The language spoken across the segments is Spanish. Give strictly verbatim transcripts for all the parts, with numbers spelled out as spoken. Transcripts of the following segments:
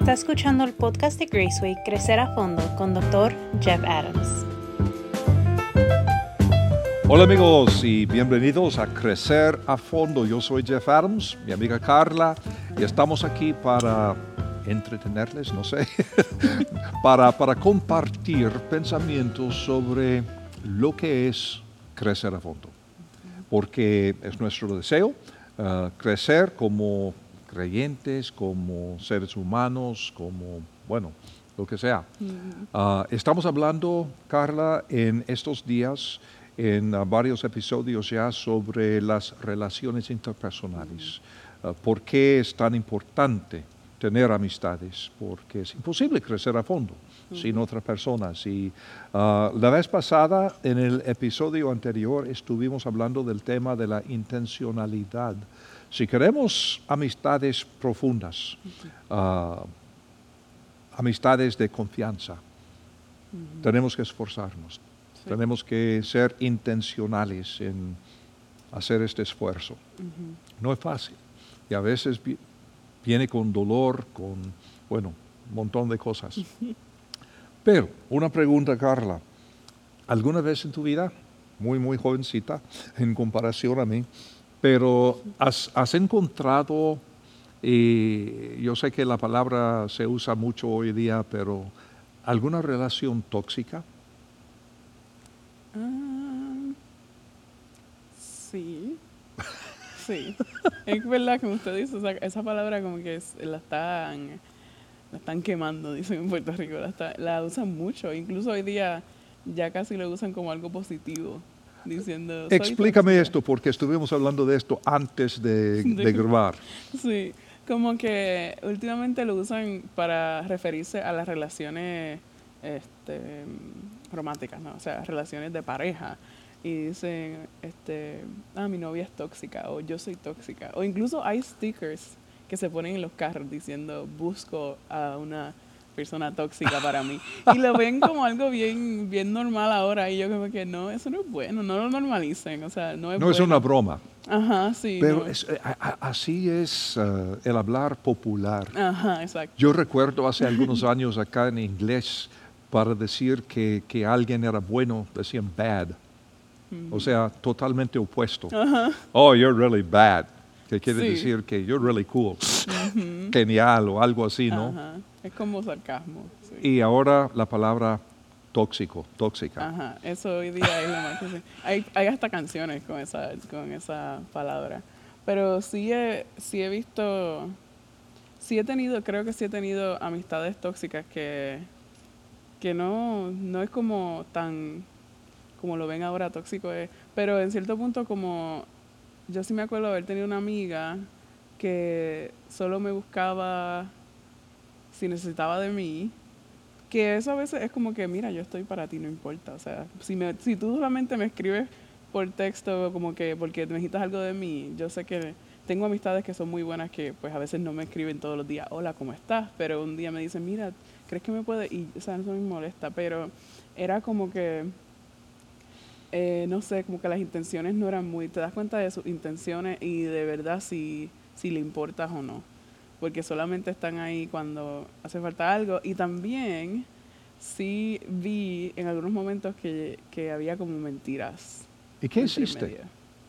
Está escuchando el podcast de Graceway Crecer a Fondo con doctor Jeff Adams. Hola amigos y bienvenidos a Crecer a Fondo. Yo soy Jeff Adams, mi amiga Carla, y estamos aquí para entretenerles, no sé, para, para compartir pensamientos sobre lo que es crecer a fondo. Porque es nuestro deseo uh, crecer como creyentes, como seres humanos, como, bueno, lo que sea. Mm. Uh, estamos hablando, Carla, en estos días, en uh, varios episodios ya, sobre las relaciones interpersonales. Uh, ¿Por qué es tan importante tener amistades? Porque es imposible crecer a fondo uh-huh. sin otras personas. Y uh, la vez pasada, en el episodio anterior, estuvimos hablando del tema de la intencionalidad. Si queremos amistades profundas, uh-huh. uh, amistades de confianza, uh-huh. tenemos que esforzarnos. Sí. Tenemos que ser intencionales en hacer este esfuerzo. Uh-huh. No es fácil. Y a veces vi- viene con dolor, con, bueno, un montón de cosas. Uh-huh. Pero, una pregunta, Carla. ¿Alguna vez en tu vida, muy, muy jovencita, en comparación a mí, pero has, has encontrado, y yo sé que la palabra se usa mucho hoy día, pero alguna relación tóxica? Uh, sí, sí. Es verdad, como usted dice, o sea, esa palabra como que es, la están la están quemando, dicen en Puerto Rico, la, está, la usan mucho, incluso hoy día ya casi lo usan como algo positivo, diciendo... Soy Explícame tóxica. esto, porque estuvimos hablando de esto antes de, de, de grabar. Sí, como que últimamente lo usan para referirse a las relaciones este, románticas, ¿no? O sea, relaciones de pareja. Y dicen, este, ah, mi novia es tóxica, o yo soy tóxica. O incluso hay stickers que se ponen en los carros diciendo, busco a una persona tóxica para mí. Y lo ven como algo bien, bien normal ahora. Y yo como que no, eso no es bueno, no lo normalicen. O sea, no es No bueno. es una broma. Ajá, sí. Pero no. es, a, a, así es uh, el hablar popular. Ajá, exacto. Yo recuerdo hace algunos años acá en inglés, para decir que, que alguien era bueno, decían bad. Mm-hmm. O sea, totalmente opuesto. Uh-huh. Oh, you're really bad. Que quiere sí. decir que you're really cool. Uh-huh. Genial o algo así, ¿no? Uh-huh. Es como sarcasmo. Sí. Y ahora la palabra tóxico, tóxica. Ajá, eso hoy día es lo más que sí. Hay, hay hasta canciones con esa, con esa palabra. Pero sí he, sí he visto, sí he tenido, creo que sí he tenido amistades tóxicas que, que no, no es como tan, como lo ven ahora tóxico es, pero en cierto punto como, yo sí me acuerdo de haber tenido una amiga que solo me buscaba si necesitaba de mí, que eso a veces es como que, mira, yo estoy para ti, no importa. O sea, si, me, si tú solamente me escribes por texto como que porque necesitas algo de mí, yo sé que tengo amistades que son muy buenas que pues a veces no me escriben todos los días, hola, ¿cómo estás? Pero un día me dicen, mira, ¿crees que me puede? Y, o sea, eso me molesta, pero era como que, eh, no sé, como que las intenciones no eran muy, te das cuenta de sus intenciones y de verdad si, si le importas o no. Porque solamente están ahí cuando hace falta algo. Y también sí vi en algunos momentos que, que había como mentiras. ¿Y qué hiciste?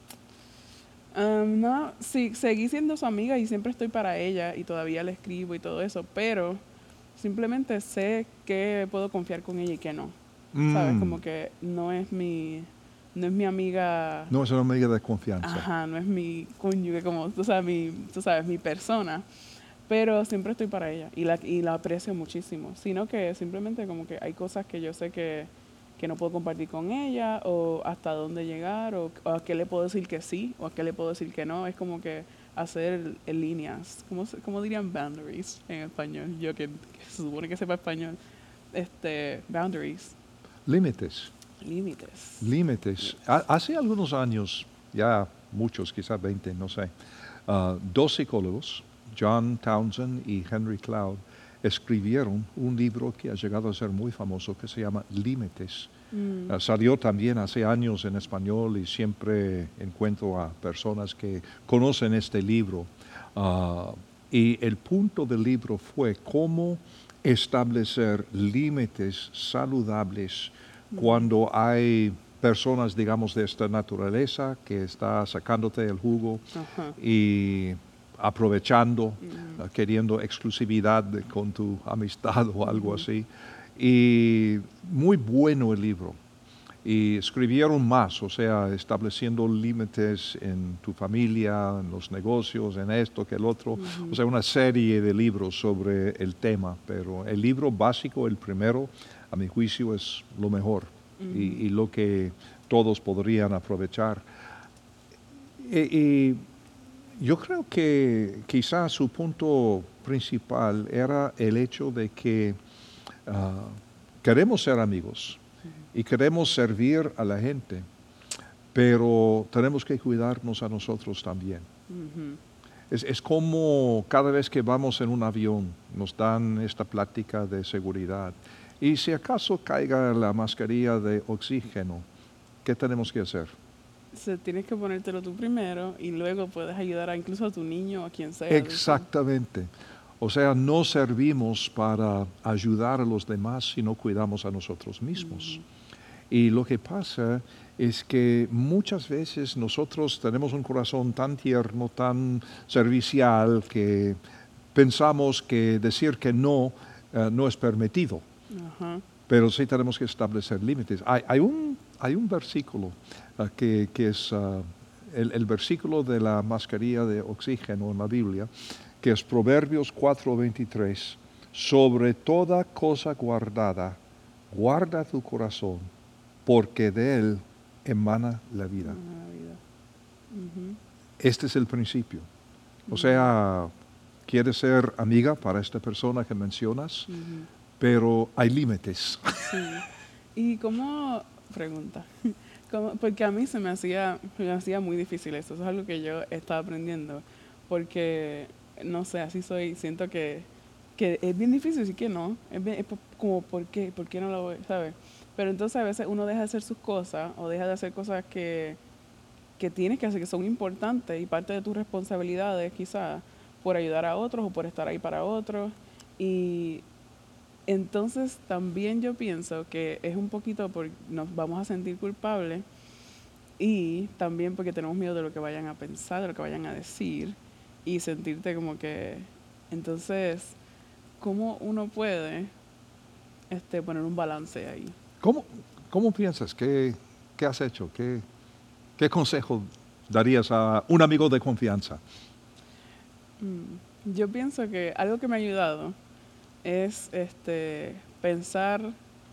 Um, no, sí, seguí siendo su amiga y siempre estoy para ella y todavía le escribo y todo eso, pero simplemente sé que puedo confiar con ella y que no. Mm. ¿Sabes? Como que no es mi... No es mi amiga... No es una amiga de confianza. Ajá, no es mi cónyuge, como tú sabes, mi, tú sabes, mi persona. Pero siempre estoy para ella y la, y la aprecio muchísimo. Sino que simplemente como que hay cosas que yo sé que, que no puedo compartir con ella o hasta dónde llegar o, o a qué le puedo decir que sí o a qué le puedo decir que no. Es como que hacer en líneas. ¿Cómo, cómo dirían boundaries en español? Yo que, que se supone que sepa español. Este, boundaries. Límites. Límites. Límites. Hace algunos años, ya muchos, quizás veinte, no sé, uh, dos psicólogos, John Townsend y Henry Cloud, escribieron un libro que ha llegado a ser muy famoso que se llama Límites. Mm. Uh, salió también hace años en español y siempre encuentro a personas que conocen este libro. Uh, Y el punto del libro fue cómo establecer límites saludables cuando hay personas, digamos, de esta naturaleza que está sacándote el jugo Ajá. y aprovechando, uh, queriendo exclusividad de- con tu amistad o algo así. Y muy bueno el libro. Y escribieron más, o sea, estableciendo límites en tu familia, en los negocios, en esto, que el otro. O sea, una serie de libros sobre el tema, pero el libro básico, el primero, a mi juicio, es lo mejor y, y lo que todos podrían aprovechar. Y, y yo creo que quizás su punto principal era el hecho de que ah, queremos ser amigos y queremos servir a la gente, pero tenemos que cuidarnos a nosotros también. Ujú. Es, es como cada vez que vamos en un avión nos dan esta plática de seguridad. Y si acaso caiga la mascarilla de oxígeno, ¿qué tenemos que hacer? Se, tienes que ponértelo tú primero y luego puedes ayudar a incluso a tu niño o a quien sea. Exactamente. O sea, no servimos para ayudar a los demás si no cuidamos a nosotros mismos. Y lo que pasa es que muchas veces nosotros tenemos un corazón tan tierno, tan servicial, que pensamos que decir que no eh, no es permitido, Ajá. pero sí tenemos que establecer límites. Hay, hay un, hay un versículo uh, que, que es uh, el, el versículo de la mascarilla de oxígeno en la Biblia, que es Proverbios cuatro veintitrés. Sobre toda cosa guardada, guarda tu corazón, porque de él emana la vida. Una vida. Ujú. Este es el principio. O sea, quieres ser amiga para esta persona que mencionas, Ujú. pero hay límites. Sí. ¿Y cómo, pregunta, cómo- porque a mí se me hacía, se me hacía muy difícil eso, eso es algo que yo estaba aprendiendo, porque, no sé, así soy, siento que, que es bien difícil decir que no, es, bien- es po- como, ¿por qué? ¿Por qué no lo voy? ¿Sabes? Pero entonces a veces uno deja de hacer sus cosas o deja de hacer cosas que, que tienes que hacer, que son importantes y parte de tus responsabilidades quizás por ayudar a otros o por estar ahí para otros. Y entonces también yo pienso que es un poquito porque nos vamos a sentir culpables y también porque tenemos miedo de lo que vayan a pensar, de lo que vayan a decir y sentirte como que... Entonces, ¿cómo uno puede este, poner un balance ahí? ¿Cómo, cómo piensas? ¿Qué, qué has hecho? ¿Qué, ¿Qué consejo darías a un amigo de confianza? Mm, Yo pienso que algo que me ha ayudado es este, pensar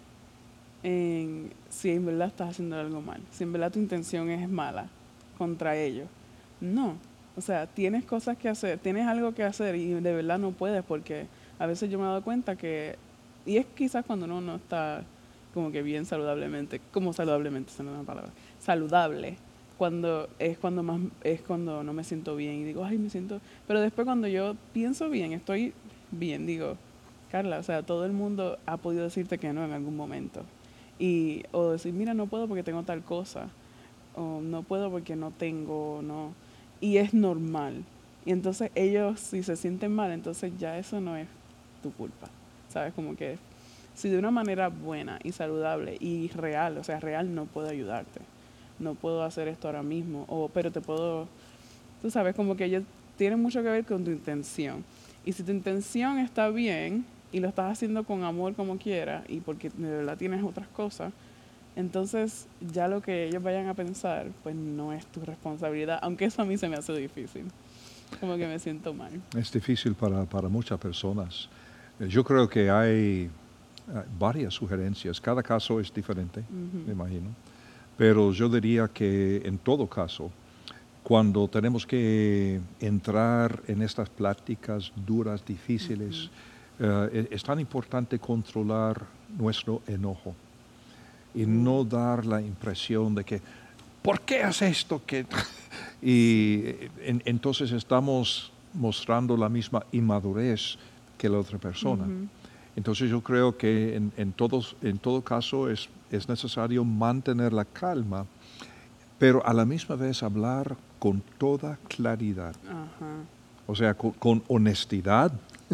en si en verdad estás haciendo algo mal, si en verdad tu intención es mala contra ellos. No, o sea, tienes cosas que hacer, tienes algo que hacer y de verdad no puedes porque a veces yo me he dado cuenta que, y es quizás cuando uno no está como que bien saludablemente, como saludablemente, esa no es una palabra, saludable, cuando es cuando más, es cuando no me siento bien y digo, ay, me siento, pero después cuando yo pienso bien, estoy bien, digo, Carla, o sea, todo el mundo ha podido decirte que no en algún momento. Y, o decir, mira, no puedo porque tengo tal cosa, o no puedo porque no tengo, no. Y es normal. Y entonces ellos, si se sienten mal, entonces ya eso no es tu culpa. ¿Sabes? Como que si de una manera buena y saludable y real, o sea, real, no puedo ayudarte. No puedo hacer esto ahora mismo, o, pero te puedo, tú sabes, como que ellos tienen mucho que ver con tu intención. Y si tu intención está bien y lo estás haciendo con amor como quieras y porque de verdad tienes otras cosas, entonces ya lo que ellos vayan a pensar, pues no es tu responsabilidad, aunque eso a mí se me hace difícil. Como que me siento mal. Es difícil para, para muchas personas. Eh, Yo creo que hay eh, varias sugerencias. Cada caso es diferente, Ujú. me imagino. Pero yo diría que en todo caso, cuando tenemos que entrar en estas pláticas duras, difíciles, eh, es, es tan importante controlar nuestro enojo y no dar la impresión de que, ¿por qué haces esto? Que y en- entonces estamos mostrando la misma inmadurez que la otra persona. Ujú. Entonces yo creo que en, en todos, en todo caso es, es necesario mantener la calma, pero a la misma vez hablar con toda claridad. Ajá. O sea, con, con honestidad,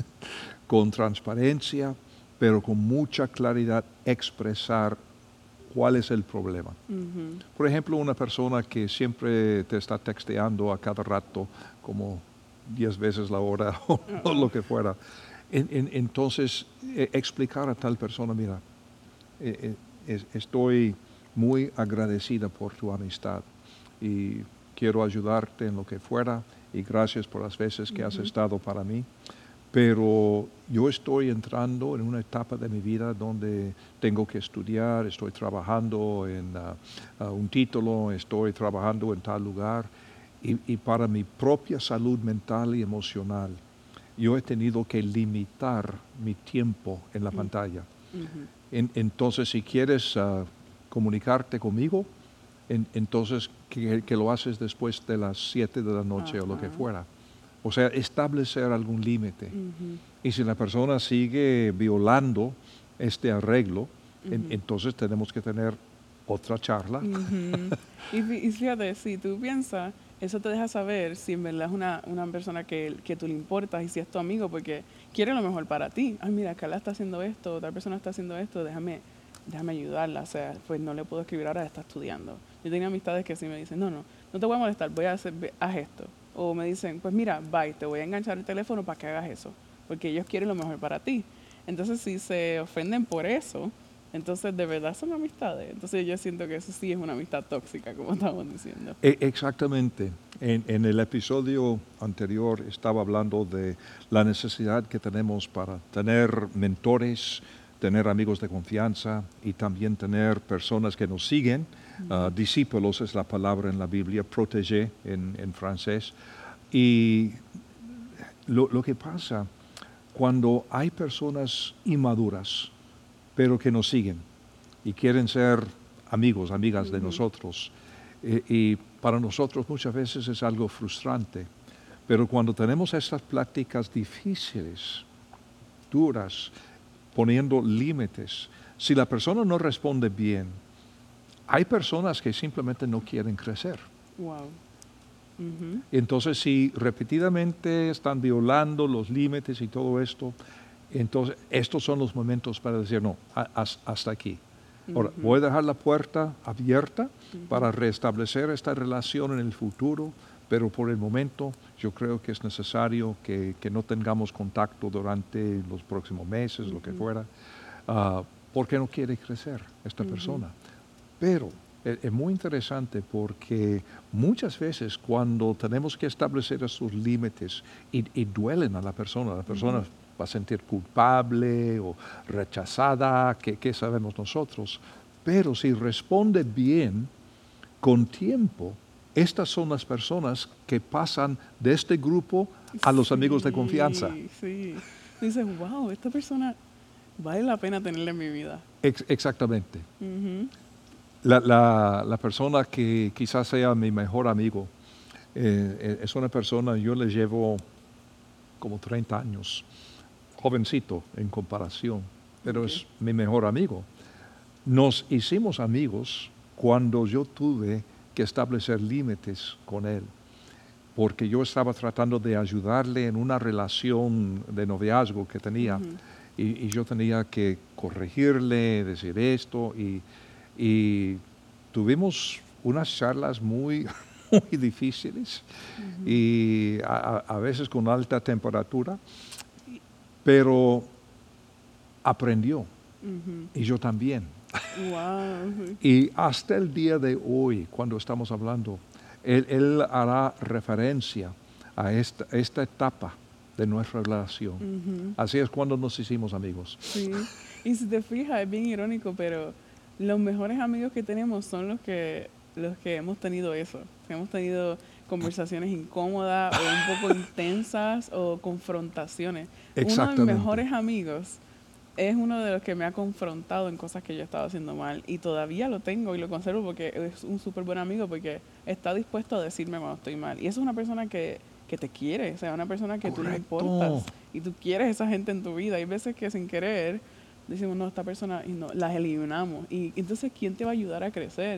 con transparencia, pero con mucha claridad expresar cuál es el problema. Ujú. Por ejemplo, una persona que siempre te está texteando a cada rato, como diez veces la hora o, o lo que fuera. En, en, entonces, eh, explicar a tal persona, mira, eh, eh, es- estoy muy agradecida por tu amistad y quiero ayudarte en lo que fuera y gracias por las veces que has Ujú. estado para mí. Pero yo estoy entrando en una etapa de mi vida donde tengo que estudiar, estoy trabajando en ah, ah, un título, estoy trabajando en tal lugar y, y para mi propia salud mental y emocional, yo he tenido que limitar mi tiempo en la Mm. pantalla. Ujú. En- entonces, si quieres ah, comunicarte conmigo, en- entonces que, que lo haces después de las siete de la noche o lo que Ajá. fuera. O sea, establecer algún límite. Ujú. Y si la persona sigue violando este arreglo, en- Ujú. entonces tenemos que tener otra charla. Ujú. Y, fí- y fíjate, si tú piensas, eso te deja saber si en verdad es una, una persona que, que tú le importas y si es tu amigo, porque quiere lo mejor para ti. Ay, mira, Carla está haciendo esto, otra persona está haciendo esto, déjame, déjame ayudarla. O sea, pues no le puedo escribir ahora, está estudiando. Yo tengo amistades que sí me dicen, no, no, no te voy a molestar, voy a hacer, ve- haz esto. O me dicen, pues mira, bye, te voy a enganchar el teléfono para que hagas eso, porque ellos quieren lo mejor para ti. Entonces, si se ofenden por eso, entonces, de verdad son amistades. Entonces, yo siento que eso sí es una amistad tóxica, como estamos diciendo. E- exactamente. En, en el episodio anterior estaba hablando de la necesidad que tenemos para tener mentores, tener amigos de confianza y también tener personas que nos siguen. Ah, discípulos es la palabra en la Biblia, protégé en, en francés. Y lo, lo que pasa cuando hay personas inmaduras, pero que nos siguen y quieren ser amigos, amigas de Ujú. nosotros. Eh, y para nosotros muchas veces es algo frustrante. Pero cuando tenemos estas pláticas difíciles, duras, poniendo límites, si la persona no responde bien, hay personas que simplemente no quieren crecer. Wow. Ujú. Entonces, si repetidamente están violando los límites y todo esto, entonces estos son los momentos para decir, no, ha- has- hasta aquí. Ahora, Ujú. voy a dejar la puerta abierta Ujú. para restablecer esta relación en el futuro, pero por el momento yo creo que es necesario que, que no tengamos contacto durante los próximos meses, lo que Ujú. fuera, ah, porque no quiere crecer esta Ujú. persona. Pero es, es muy interesante porque muchas veces cuando tenemos que establecer esos límites y, y duelen a la persona, la persona Ujú. va a sentir culpable o rechazada, que, que sabemos nosotros. Pero si responde bien, con tiempo, estas son las personas que pasan de este grupo a los amigos de confianza. Sí, sí. Dices, wow, esta persona vale la pena tenerla en mi vida. Ex- exactamente. Ujú. La, la- la persona que quizás sea mi mejor amigo eh, eh, es una persona, yo le llevo como treinta años, jovencito en comparación, pero Ok. es mi mejor amigo. Nos hicimos amigos cuando yo tuve que establecer límites con él, porque yo estaba tratando de ayudarle en una relación de noviazgo que tenía Ujú. y, y yo tenía que corregirle, decir esto y, y tuvimos unas charlas muy, muy difíciles Ujú. y a, a- a veces con alta temperatura, pero aprendió Ujú. y yo también. Wow. Y hasta el día de hoy, cuando estamos hablando, él, él hará referencia a esta, esta etapa de nuestra relación. Ujú. Así es cuando nos hicimos amigos. Sí. Y si te fijas, es bien irónico, pero los mejores amigos que tenemos son los que los que hemos tenido eso. Que hemos tenido conversaciones incómodas o un poco intensas o confrontaciones. Uno de mis Exactamente. mejores amigos es uno de los que me ha confrontado en cosas que yo estaba haciendo mal y todavía lo tengo y lo conservo porque es un súper buen amigo porque está dispuesto a decirme cuando estoy mal. Y eso es una persona que, que te quiere, o sea, una persona que tú le Correcto. importas y tú quieres esa gente en tu vida. Hay veces que sin querer decimos, no, esta persona, y no, las eliminamos. Y entonces, ¿quién te va a ayudar a crecer?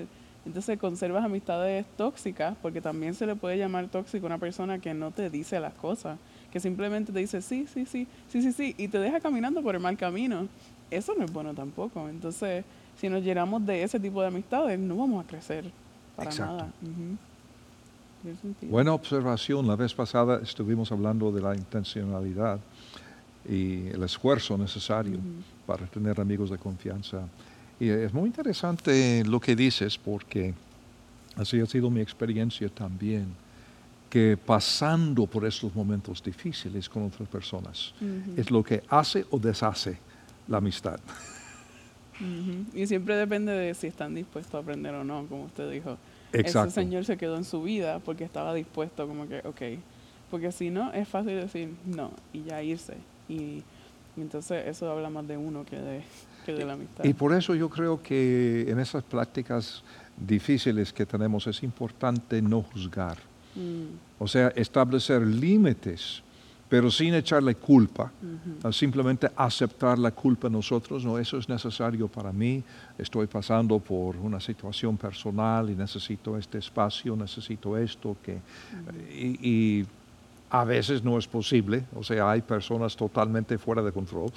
Entonces conservas amistades tóxicas, porque también se le puede llamar tóxico a una persona que no te dice las cosas, que simplemente te dice sí, sí, sí, sí, sí, sí, y te deja caminando por el mal camino. Eso no es bueno tampoco. Entonces, si nos llenamos de ese tipo de amistades, no vamos a crecer para Exacto. nada. Ujú. Tiene sentido. Buena observación. La vez pasada estuvimos hablando de la intencionalidad y el esfuerzo necesario Ujú. para tener amigos de confianza. Y es muy interesante lo que dices, porque así ha sido mi experiencia también, que pasando por estos momentos difíciles con otras personas Ujú. es lo que hace o deshace la amistad. Ujú. Y siempre depende de si están dispuestos a aprender o no, como usted dijo. Ese Exacto. señor se quedó en su vida porque estaba dispuesto, como que, ok. Porque si no, es fácil decir no y ya irse. Y, y entonces eso habla más de uno que de, que de la amistad. Y por eso yo creo que en esas prácticas difíciles que tenemos es importante no juzgar. Mm. O sea, establecer límites, pero sin echarle culpa, Ujú. uh, simplemente aceptar la culpa nosotros, no, eso es necesario para mí, estoy pasando por una situación personal y necesito este espacio, necesito esto, que, Ujú. y, y a veces no es posible, o sea, hay personas totalmente fuera de control.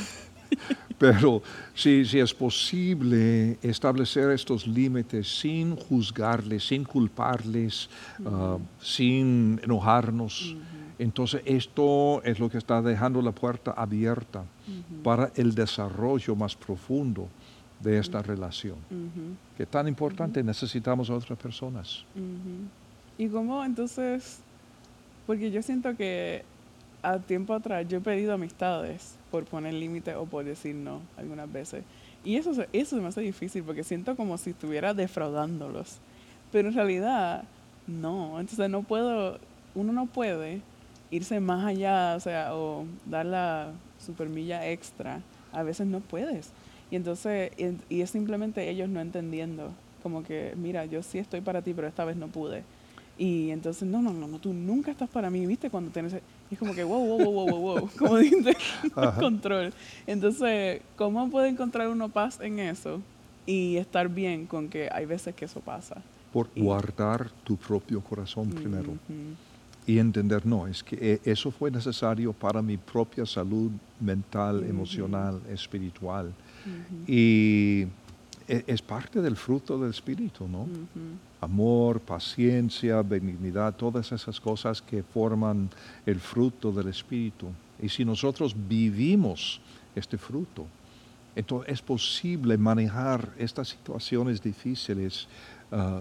Pero si, si es posible establecer estos límites sin juzgarles, sin culparles, uh, Ujú. sin enojarnos, Ujú. entonces esto es lo que está dejando la puerta abierta Ujú. para el desarrollo más profundo de esta relación. Ujú. Que tan importante, necesitamos a otras personas. Ujú. ¿Y cómo entonces? Porque yo siento que a tiempo atrás yo he pedido amistades por poner límites o por decir no algunas veces. Y eso, se- eso se me hace difícil porque siento como si estuviera defraudándolos. Pero en realidad, no. Entonces no puedo, uno no puede irse más allá, o sea, o dar la supermilla extra. A veces no puedes. Y entonces, y, y es simplemente ellos no entendiendo. Como que, mira, yo sí estoy para ti, pero esta vez no pude. Y entonces, no, no, no, no, tú nunca estás para mí, ¿viste? Cuando tienes... Y es como que, wow, wow, wow, wow, wow, wow, como dice, no hay Ajá. control. Entonces, ¿cómo puede encontrar uno paz en eso y estar bien con que hay veces que eso pasa? Por Y, guardar tu propio corazón primero. ujú, Y entender, no, es que eh, eso fue necesario para mi propia salud mental, ujú, emocional, espiritual. ujú, Y e- es parte del fruto del Espíritu, ¿no? ujú, Amor, paciencia, benignidad, todas esas cosas que forman el fruto del Espíritu. Y si nosotros vivimos este fruto, entonces es posible manejar estas situaciones difíciles. ah,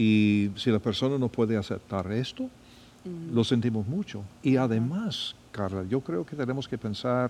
y si la persona no puede aceptar esto, ujú. lo sentimos mucho. Y Ajá. además, Carla, yo creo que tenemos que pensar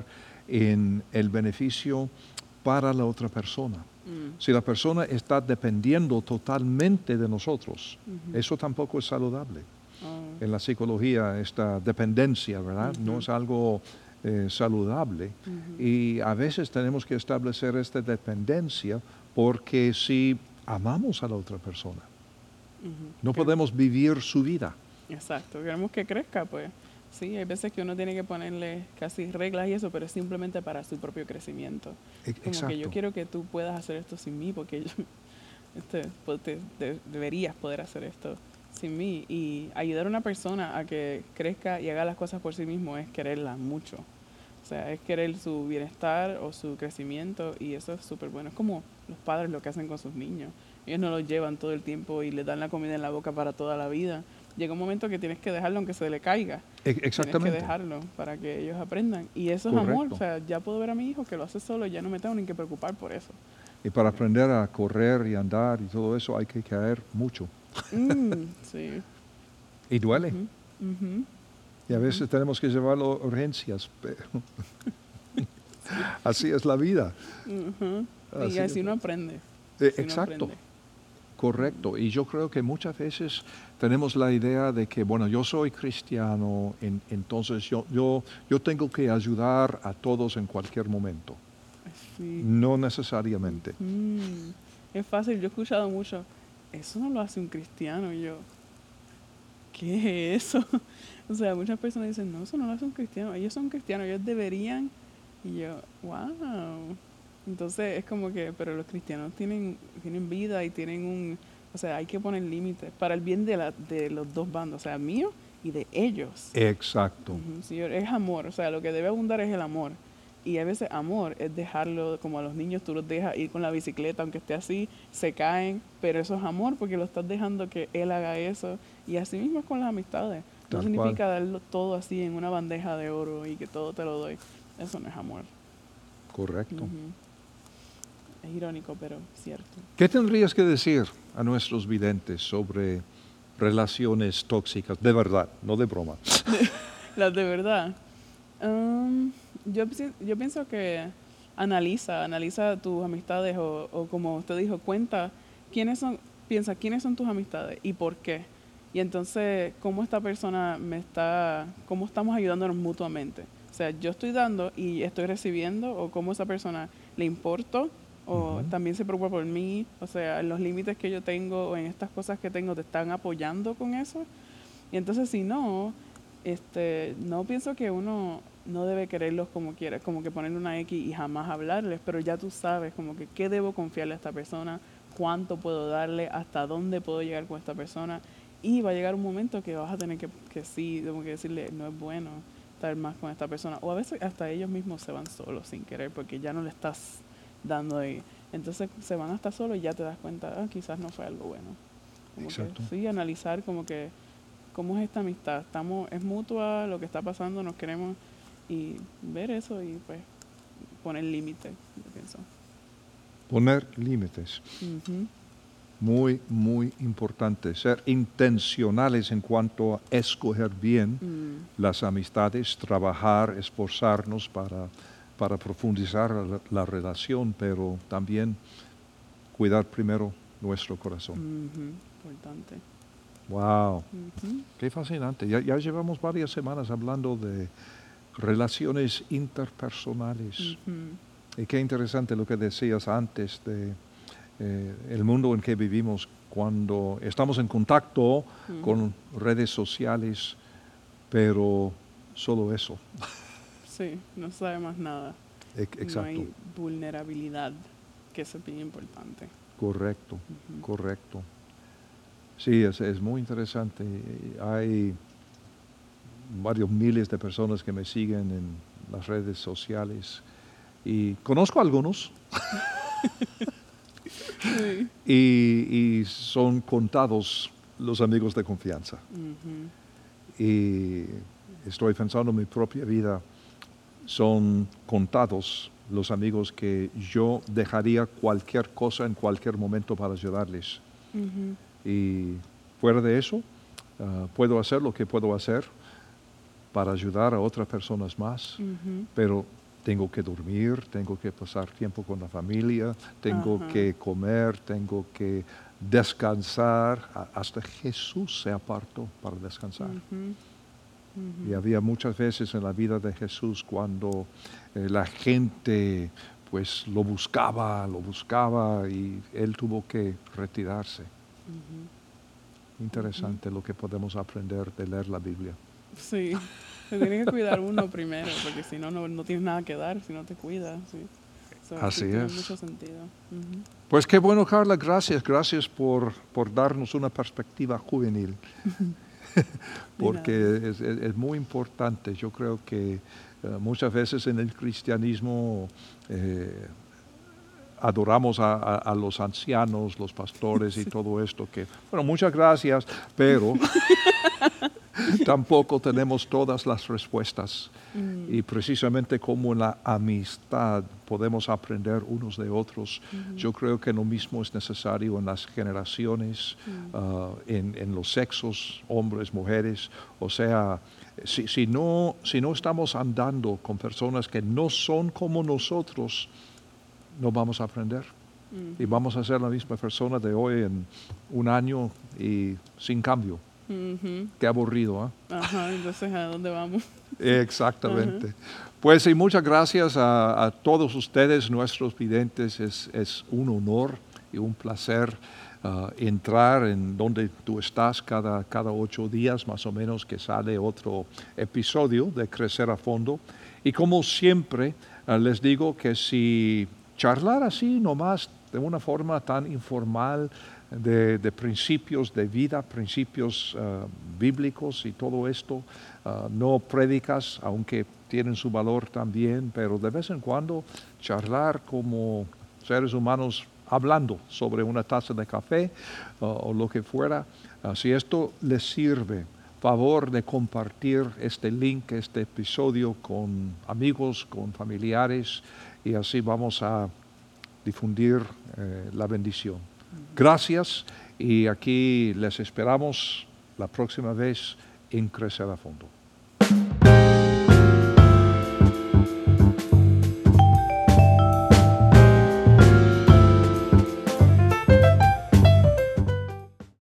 en el beneficio para la otra persona. Mm. Si la persona está dependiendo totalmente de nosotros, Ujú. eso tampoco es saludable. Oh. En la psicología, esta dependencia, ¿verdad? No Ujú. es algo eh, saludable. Ujú. Y a veces tenemos que establecer esta dependencia porque si amamos a la otra persona, Ujú. no Que- podemos vivir su vida. Exacto, queremos que crezca, pues. Sí, hay veces que uno tiene que ponerle casi reglas y eso, pero es simplemente para su propio crecimiento. E- Como que yo Exacto. quiero que tú puedas hacer esto sin mí, porque yo, este, pues, te- de- deberías poder hacer esto sin mí. Y ayudar a una persona a que crezca y haga las cosas por sí mismo es quererla mucho. O sea, es querer su bienestar o su crecimiento y eso es súper bueno. Es como los padres lo que hacen con sus niños. Ellos no los llevan todo el tiempo y les dan la comida en la boca para toda la vida. Llega un momento que tienes que dejarlo aunque se le caiga. E- Tienes que Exactamente. dejarlo para que ellos aprendan. Y eso es amor. O Correcto. sea, ya puedo ver a mi hijo que lo hace solo y ya no me tengo ni que preocupar por eso. Y para aprender a correr y andar y todo eso hay que caer mucho. Mm, sí. Y duele. Ujú, ujú, Y a ujú. veces tenemos que llevarlo a urgencias, pero así es la vida. Ujú. Así Y es. así uno aprende. Eh, Así uno exacto. aprende. Correcto. Y yo creo que muchas veces tenemos la idea de que, bueno, yo soy cristiano, en- entonces yo, yo, yo tengo que ayudar a todos en cualquier momento. Sí. No necesariamente. Mm, es fácil, yo he escuchado mucho, eso no lo hace un cristiano. Y yo, ¿qué es eso? O sea, muchas personas dicen, no, eso no lo hace un cristiano. Ellos son cristianos, ellos deberían. Y yo, wow. Entonces es como que, pero los cristianos tienen, tienen vida y tienen un, O sea, hay que poner límites para el bien de, la, de los dos bandos, o sea, mío y de ellos. Exacto. Uh-huh, sí, es amor, o sea, lo que debe abundar es el amor. Y a veces amor es dejarlo, como a los niños tú los dejas ir con la bicicleta, aunque esté así, se caen, pero eso es amor porque lo estás dejando que él haga eso. Y así mismo es con las amistades. No Tal significa cual. darlo todo así en una bandeja de oro y que todo te lo doy. Eso no es amor. Correcto. Uh-huh. Es irónico, pero cierto. ¿Qué tendrías que decir a nuestros videntes sobre relaciones tóxicas? De verdad, no de broma. Las de verdad. Um, yo, yo pienso que analiza, analiza tus amistades o, o como usted dijo, cuenta quiénes son, piensa quiénes son tus amistades y por qué. Y entonces, cómo esta persona me está, cómo estamos ayudándonos mutuamente. O sea, yo estoy dando y estoy recibiendo, o cómo esa persona le importo, o uh-huh. también se preocupa por mí. O sea, en los límites que yo tengo o en estas cosas que tengo, te están apoyando con eso. Y entonces, si no, este, no pienso que uno no debe quererlos como quiera, como que ponerle una X y jamás hablarles, pero ya tú sabes como que qué debo confiarle a esta persona, cuánto puedo darle, hasta dónde puedo llegar con esta persona. Y va a llegar un momento que vas a tener que, que sí, como que decirle, no es bueno estar más con esta persona. O a veces hasta ellos mismos se van solos sin querer porque ya no le estás dando ahí. Entonces se van hasta solos y ya te das cuenta, ah, quizás no fue algo bueno. Como Exacto. Que, sí, analizar como que cómo es esta amistad. Estamos, es mutua, lo que está pasando, nos queremos y ver eso y pues poner límites, yo pienso. Poner límites. Uh-huh. Muy, muy importante. Ser intencionales en cuanto a escoger bien mm. las amistades, trabajar, esforzarnos para, para profundizar la, la relación, pero también cuidar primero nuestro corazón. Uh-huh. Importante. Wow, uh-huh. Qué fascinante. Ya, ya llevamos varias semanas hablando de relaciones interpersonales. Uh-huh. Y qué interesante lo que decías antes de Eh, el mundo en que vivimos cuando estamos en contacto uh-huh. con redes sociales, pero solo eso. Sí, no sabe más nada. E- exacto. No hay vulnerabilidad, que eso es bien importante. Correcto, uh-huh. correcto. Sí, es, es muy interesante. Hay varios miles de personas que me siguen en las redes sociales y conozco a algunos. Sí. Y, y son contados los amigos de confianza. Uh-huh. Y estoy pensando en mi propia vida, son contados los amigos que yo dejaría cualquier cosa en cualquier momento para ayudarles. Uh-huh. Y fuera de eso, uh, puedo hacer lo que puedo hacer para ayudar a otras personas más, uh-huh. pero tengo que dormir, tengo que pasar tiempo con la familia, tengo uh-huh. que comer, tengo que descansar. Hasta Jesús se apartó para descansar. Uh-huh. Uh-huh. Y había muchas veces en la vida de Jesús cuando eh, la gente pues lo buscaba, lo buscaba y él tuvo que retirarse. Uh-huh. Interesante uh-huh. lo que podemos aprender de leer la Biblia. Sí. Se tiene que cuidar uno primero, porque si no, no, no tienes nada que dar, si no te cuidas. Sí. So, Así sí, es. Tiene mucho sentido. Uh-huh. Pues qué bueno, Carla, gracias, gracias por, por darnos una perspectiva juvenil, porque es, es, es muy importante. Yo creo que uh, muchas veces en el cristianismo eh, adoramos a, a, a los ancianos, los pastores sí. y todo esto, que, bueno, muchas gracias, pero... tampoco tenemos todas las respuestas. Mm. Y precisamente como en la amistad podemos aprender unos de otros, mm-hmm. yo creo que lo mismo es necesario en las generaciones, mm. uh, en, en los sexos, hombres, mujeres. O sea, si, si, no, si no estamos andando con personas que no son como nosotros, no vamos a aprender. Mm-hmm. Y vamos a ser la misma persona de hoy en un año y sin cambio. Uh-huh. Qué aburrido, ¿eh? Ajá, entonces ¿a dónde vamos? Exactamente. Uh-huh. Pues y muchas gracias a, a todos ustedes, nuestros videntes. Es, es un honor y un placer uh, entrar en donde tú estás cada, cada ocho días más o menos que sale otro episodio de Crecer a Fondo. Y como siempre uh, les digo que si charlar así nomás de una forma tan informal de, de principios de vida, principios uh, bíblicos y todo esto. Uh, no prédicas, aunque tienen su valor también, pero de vez en cuando charlar como seres humanos hablando sobre una taza de café uh, o lo que fuera. Uh, si esto les sirve, favor de compartir este link, este episodio con amigos, con familiares, y así vamos a difundir eh, la bendición. Gracias, y aquí les esperamos la próxima vez en Crecer a Fondo.